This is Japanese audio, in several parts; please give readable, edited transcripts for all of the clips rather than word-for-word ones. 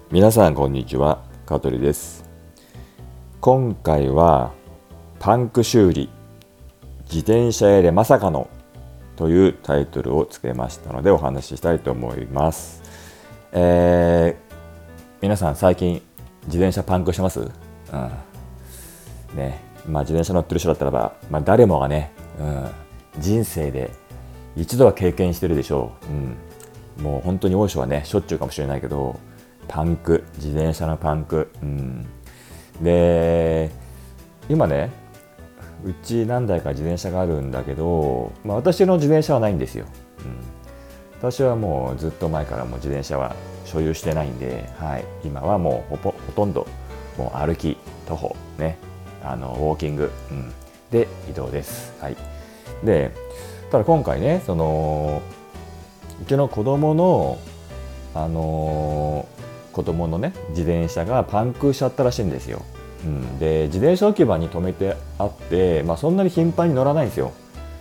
皆さんこんにちは、香取です。今回はパンク修理自転車屋でまさかのというタイトルをつけましたのでお話ししたいと思います。皆さん最近自転車パンクしてます？自転車乗ってる人だったらば、誰もがね、人生で一度は経験してるでしょう。もう本当に多い人はねしょっちゅうかもしれないけど、自転車のパンク、で今ね、うち何台か自転車があるんだけど、私の自転車はないんですよ。私はもうずっと前からもう自転車は所有してないんで、今はもうほとんどもう歩き徒歩ね、ウォーキング、で移動です。でただ今回ね、うちの子供のね自転車がパンクしちゃったらしいんですよ。で自転車置き場に止めてあって、そんなに頻繁に乗らないんですよ。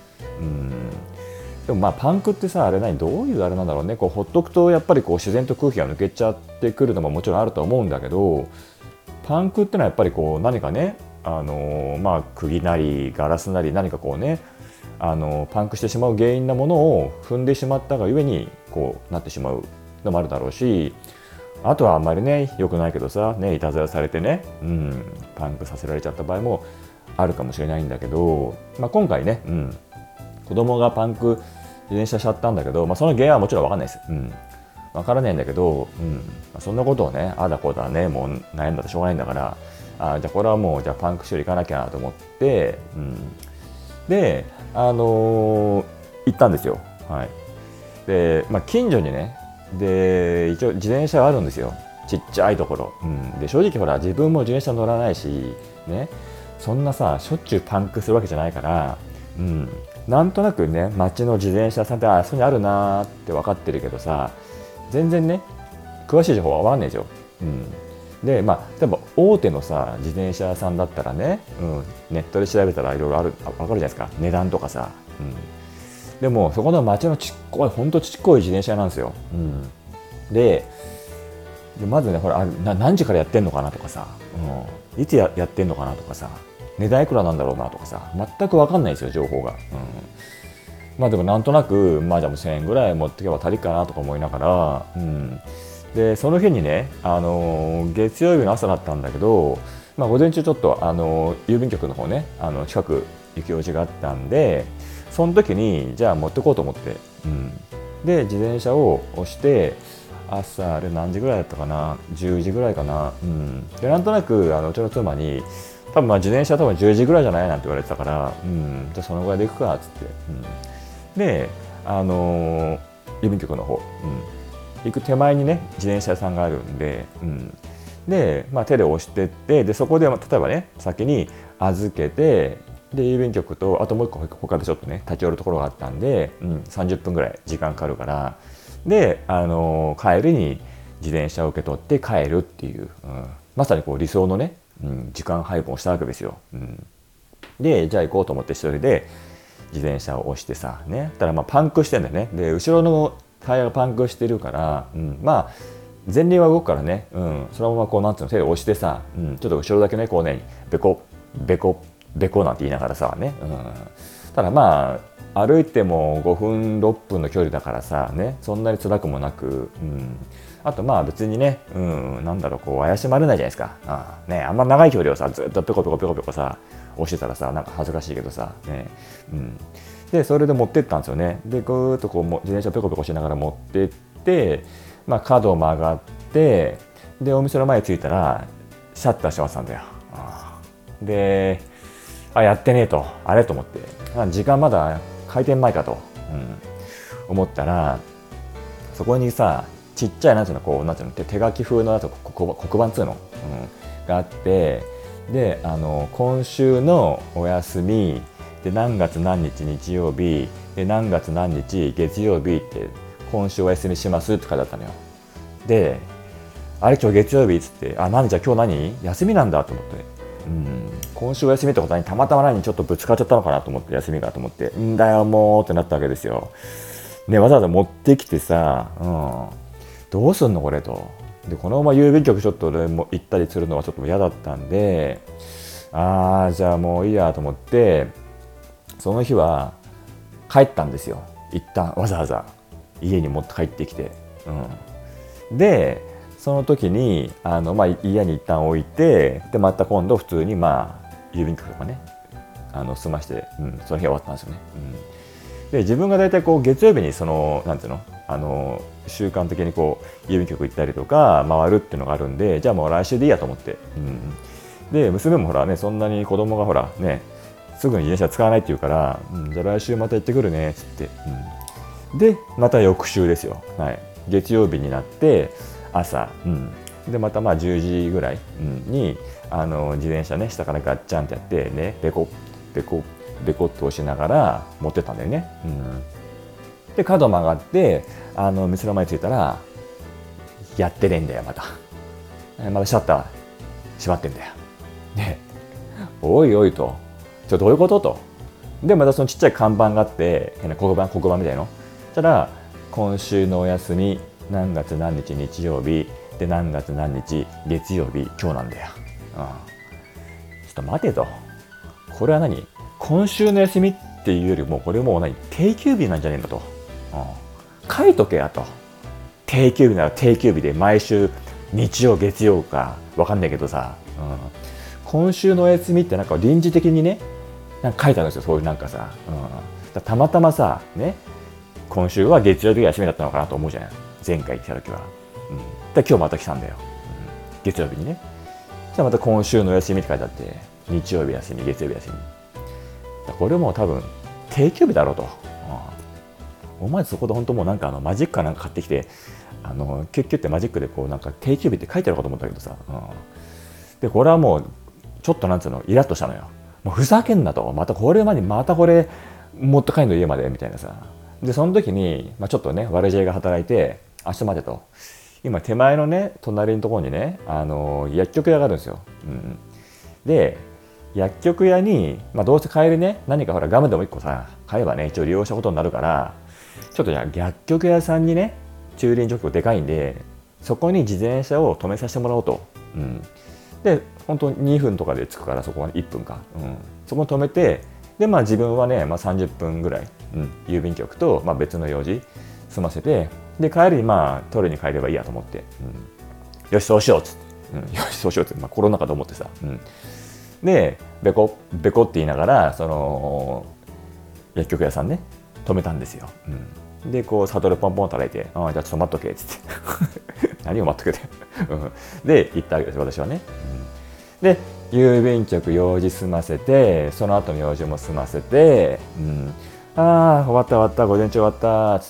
でもパンクってさ、どういうあれなんだろうね。こうほっとくとやっぱりこう自然と空気が抜けちゃってくるのももちろんあると思うんだけど、パンクってのはやっぱりこう何かね、釘なりガラスなり何かこうね、パンクしてしまう原因なものを踏んでしまったがゆえにこうなってしまうのもあるだろうし、あとはあんまりね良くないけどさ、いたずらされてね、パンクさせられちゃった場合もあるかもしれないんだけど、今回ね、子供がパンク自転車しちゃったんだけど、その原因はもちろん分かんないです。分からないんだけど、そんなことをねあだこだねもう悩んだってしょうがないんだから、じゃあこれはもうパンク修理行かなきゃなと思って、で行ったんですよ。で、近所にね、で一応自転車があるんですよ、ちっちゃいところ。で正直ほら自分も自転車乗らないしね、そんなさしょっちゅうパンクするわけじゃないから、なんとなくね街の自転車屋さんってあそこにあるなーって分かってるけどさ、全然ね詳しい情報は分かんないですよ。で例えば大手のさ自転車屋さんだったらね、ネットで調べたらいろいろ分かるじゃないですか、値段とかさ。でもそこの街のほんとちっこい自転車屋なんですよ。でまずね、ほら何時からやってんのかなとかさ、いつやってんのかなとかさ、値段いくらなんだろうなとかさ、全く分かんないですよ情報が。でもなんとなくじゃあもう1000円ぐらい持ってけば足りっかなとか思いながら、でその日にね、月曜日の朝だったんだけど、午前中ちょっと郵便局の方ね近く行く用事があったんで、その時にじゃあ持ってこうと思って、で自転車を押して朝あれ何時ぐらいだったかな、10時ぐらいかな。でなんとなくうちの妻に多分自転車多分10時ぐらいじゃないなんて言われてたから、じゃあそのぐらいで行くかっつって、で郵便局の方、行く手前にね自転車屋さんがあるんで、で、手で押してって、でそこで例えばね先に預けて、で郵便局とあともう一個他でちょっとね立ち寄るところがあったんで、30分ぐらい時間かかるから、で帰りに自転車を受け取って帰るっていう、まさにこう理想のね、時間配分をしたわけですよ。でじゃあ行こうと思って一人で自転車を押してさね、たらパンクしてんだよね。で後ろのタイヤがパンクしてるから、前輪は動くからね、そのままこうなんつうの手で押してさ、ちょっと後ろだけねこうねベコベコベコなんて言いながらさね、ただ歩いても5分6分の距離だからさね、そんなに辛くもなく、あと別にね、こう怪しまれないじゃないですか。あんま長い距離をさずっとペコペコペコペコさ押してたらさなんか恥ずかしいけどさね、でそれで持ってったんですよね。でぐーっとこう自転車ペコペコしながら持ってって、角を曲がって、でお店の前に着いたらシャッター閉まってたんだよ。でやってねえと、あれと思って、時間まだ開店前かと、思ったら、そこにさちっちゃい手書き風の黒板つうの、があって、で今週のお休みで何月何日日曜日で何月何日月曜日って今週お休みしますって書いてあったのよ。であれ今日月曜日っつって、じゃあ今日何休みなんだと思って、今週お休みってことにたまたまちょっとぶつかっちゃったのかなと思って、休みがと思って、んだよもうってなったわけですよ。ね、わざわざ持ってきてさ、どうすんのこれと。 でこのまま郵便局ちょっと俺も行ったりするのはちょっと嫌だったんで、じゃあもういいやと思って、その日は帰ったんですよ。一旦わざわざ家に持って帰ってきて、でその時に家に一旦置いて、でまた今度普通に郵便局とかね済まして、その日は終わったんですよね。で自分が大体こう月曜日になんていうの習慣的にこう郵便局行ったりとか回るっていうのがあるんで、じゃあもう来週でいいやと思って、で娘もほらね、そんなに子供がほらねすぐに自転車使わないって言うから、じゃあ来週また行ってくるねっつって、でまた翌週ですよ、月曜日になって朝、でまた10時ぐらい、に自転車ね下からガッチャンってやってね、ベコベコベコっと押しながら持ってったんだよね。で角曲がって店の前に着いたらやってねえんだよ、またシャッター閉まってんだよ。ね、おいおいと、どういうことと。でまたそのちっちゃい看板があって、変な黒板みたいの。そしたら今週のお休み何月何日日曜日で何月何日月曜日今日なんだよ。ちょっと待てと、これは何、今週の休みっていうよりもこれもう定休日なんじゃねえんだと、書いとけやと。定休日なら定休日で毎週日曜月曜か分かんないけどさ、今週のお休みって臨時的にね書いてあるんですよ、そういうさ、たまたまさね今週は月曜日が休みだったのかなと思うじゃない、前回来た時は。で今日また来たんだよ、月曜日にね。じゃあまた今週のお休みって書いてあって、日曜日休み月曜日休み、これも多分定休日だろうと。お前そこで本当もうマジックか買ってきてキュッキュってマジックでこう定休日って書いてあるかと思ったけどさ、でこれはもうちょっとイラッとしたのよ。もうふざけんなと、またこれ持って帰るの家までみたいなさ。でその時に、ちょっとね悪知恵が働いて、明日待てと、今手前のね隣のところにね薬局屋があるんですよ。で薬局屋に、どうせ帰りね何かほらガムでも1個さ買えばね一応利用したことになるから、ちょっとじゃあ薬局屋さんにね駐輪場でかいんでそこに自転車を止めさせてもらおうと。で本当に2分とかで着くから、そこは1分か、そこに止めて、で自分はね、30分ぐらい、郵便局と、別の用事済ませて、で帰りに取りに帰ればいいやと思って、よしそうしようっつって、よしそうしようって、コロナ禍と思ってさ、でベコベコって言いながらその薬局屋さんね止めたんですよ。でこうサドルポンポン叩いて、じゃあちょっと待っとけっつって何を待っとけってで行ったわけです私はね。で郵便局用事済ませて、その後の用事も済ませて、終わった午前中終わったっつって、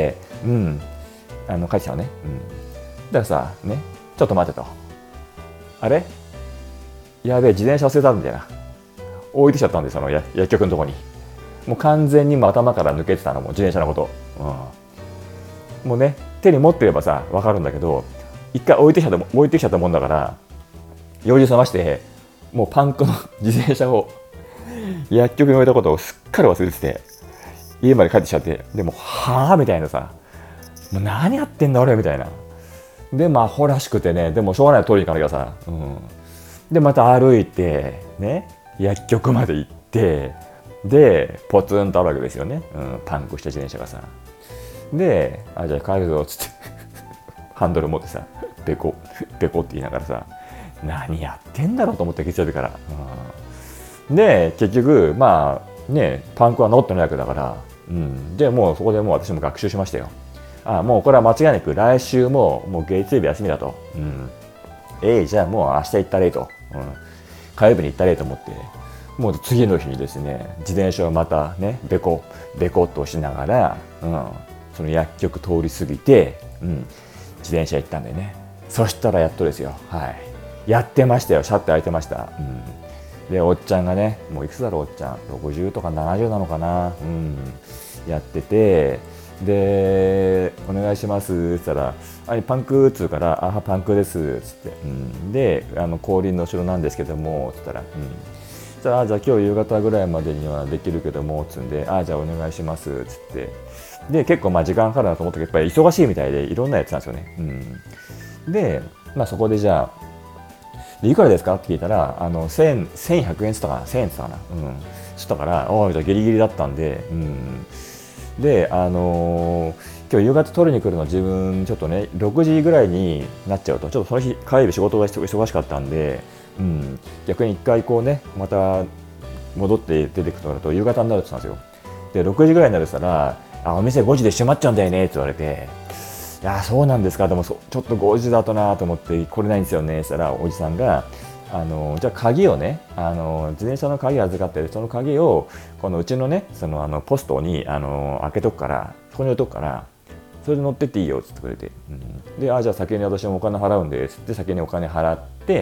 帰ってきたのね。だからさね、ちょっと待てと、あれやべえ自転車忘れたみたいな、置いてきちゃったんで、その薬局のとこにもう完全にも頭から抜けてたの、もう自転車のこと、もうね手に持ってればさ分かるんだけど、一回置いてきちゃったもんだから、用事済ましてもうパンクの自転車を薬局に置いたことをすっかり忘れてて、家まで帰ってきちゃって、でもはあみたいなさ、もう何やってんだ俺みたいな。でアホらしくてね、でもしょうがない、取りに行かなきゃさ、でまた歩いてね薬局まで行って、でポツンとあるわけですよね、パンクした自転車がさ。でじゃあ帰るぞっつってハンドル持ってさベコベコって言いながらさ、何やってんだろうと思って、月曜日から、で結局パンクは治ってないわけだから、でもうそこでもう私も学習しましたよ。もうこれは間違いなく来週もう月曜日休みだと、じゃあもう明日行ったれと、火曜日に行ったれと思って、もう次の日にですね自転車をまたねベコベコっと押しながら、その薬局通り過ぎて、自転車行ったんでね。そしたらやっとですよ、やってましたよ、シャッター開いてました。でおっちゃんがね、もういくつだろうおっちゃん、60とか70なのかな、やってて、でお願いしますって言ったら、パンクっつうから、パンクですっつって、で後輪の後ろなんですけどもっつったら、じゃあ今日夕方ぐらいまでにはできるけどもつんで、じゃあお願いしますっつって、で結構時間かかるなと思ったけど、やっぱり忙しいみたいでいろんなやつなんですよね。でそこでじゃあでいくらですかって聞いたら1100円っつったかな、1000円っつったかな、そしたからおおじゃあギリギリだったんで、で今日夕方取りに来るの自分ちょっとね6時ぐらいになっちゃうと、ちょっとその日火曜日仕事が忙しかったんで、逆に一回こうねまた戻って出てくるとなると夕方になるって言ったんですよ。で6時ぐらいになるしたらお店5時で閉まっちゃうんだよねって言われて、いやそうなんですか、でもちょっと5時だとなと思って来れないんですよねって言ったら、おじさんがじゃあ鍵をね自転車の鍵預かってるその鍵をこのうちのねポストに開けとくからそこに置いとくからそれで乗ってっていいよって言ってくれて、でじゃあ先に私もお金払うんでってって先にお金払って、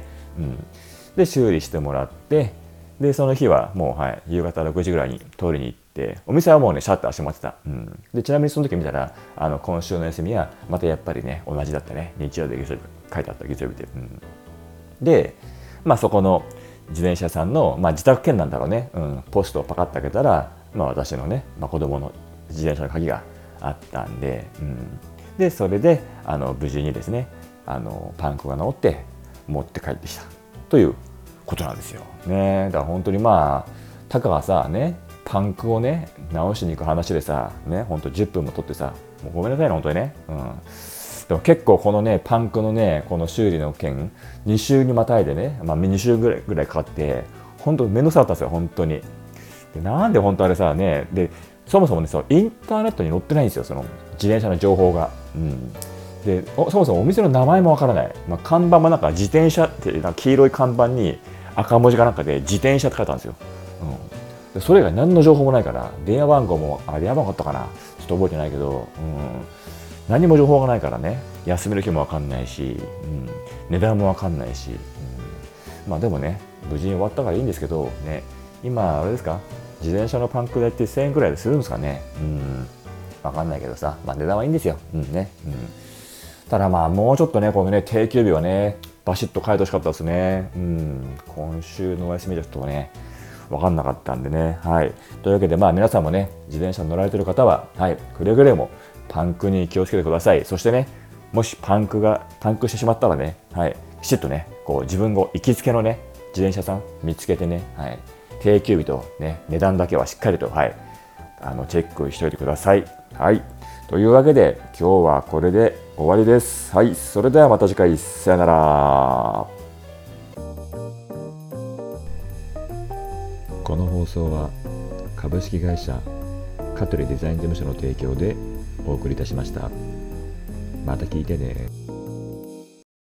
で修理してもらって、でその日はもう、夕方6時ぐらいに通りに行って、お店はもうねシャッター閉まってた、でちなみにその時見たら今週の休みはまたやっぱりね同じだったね、日曜日月曜日書いてあった月曜日で、でそこの自転車屋さんの、自宅兼なんだろうね、ポストをパカッと開けたら、私のね、子供の自転車の鍵があったんで、でそれで無事にですねパンクが直って持って帰ってきたということなんですよね。だから本当にたかがさねパンクをね直しに行く話でさね、本当10分も取ってさ、もうごめんなさいね本当にね、でも結構このねパンクのねこの修理の件2週にまたいでね、2週ぐらいかかって本当面倒くさかったんですよ本当に。でなんで本当あれさね、でそもそもねインターネットに載ってないんですよ、その自転車の情報が。でそもそもお店の名前もわからない、看板もなんか自転車って黄色い看板に赤文字かなんかで自転車って書いてあるんですよ。でそれ以外何の情報もないから、電話番号も電話番号あったかなちょっと覚えてないけど、何も情報がないからね、休みの日もわかんないし、値段もわかんないし、でもね無事に終わったからいいんですけどね、今あれですか、自転車のパンク代って1000円くらいでするんですかね。わかんないけどさ、値段はいいんですよ。ただもうちょっとねこのね定休日はねバシッと変えてほしかったですね。今週のお休みでちょっとね分かんなかったんでね。というわけで皆さんもね自転車に乗られてる方はくれぐれもパンクに気をつけてください。そしてねもしパンクしてしまったらね、きちっとねこう自分が行きつけのね自転車さん見つけてね、定休日とね値段だけはしっかりとチェックしておいてください。というわけで今日はこれで終わりです。それではまた次回、さよなら。 この放送は株式会社香取デザイン事務所の提供でお送りいたしました。また聞いてね。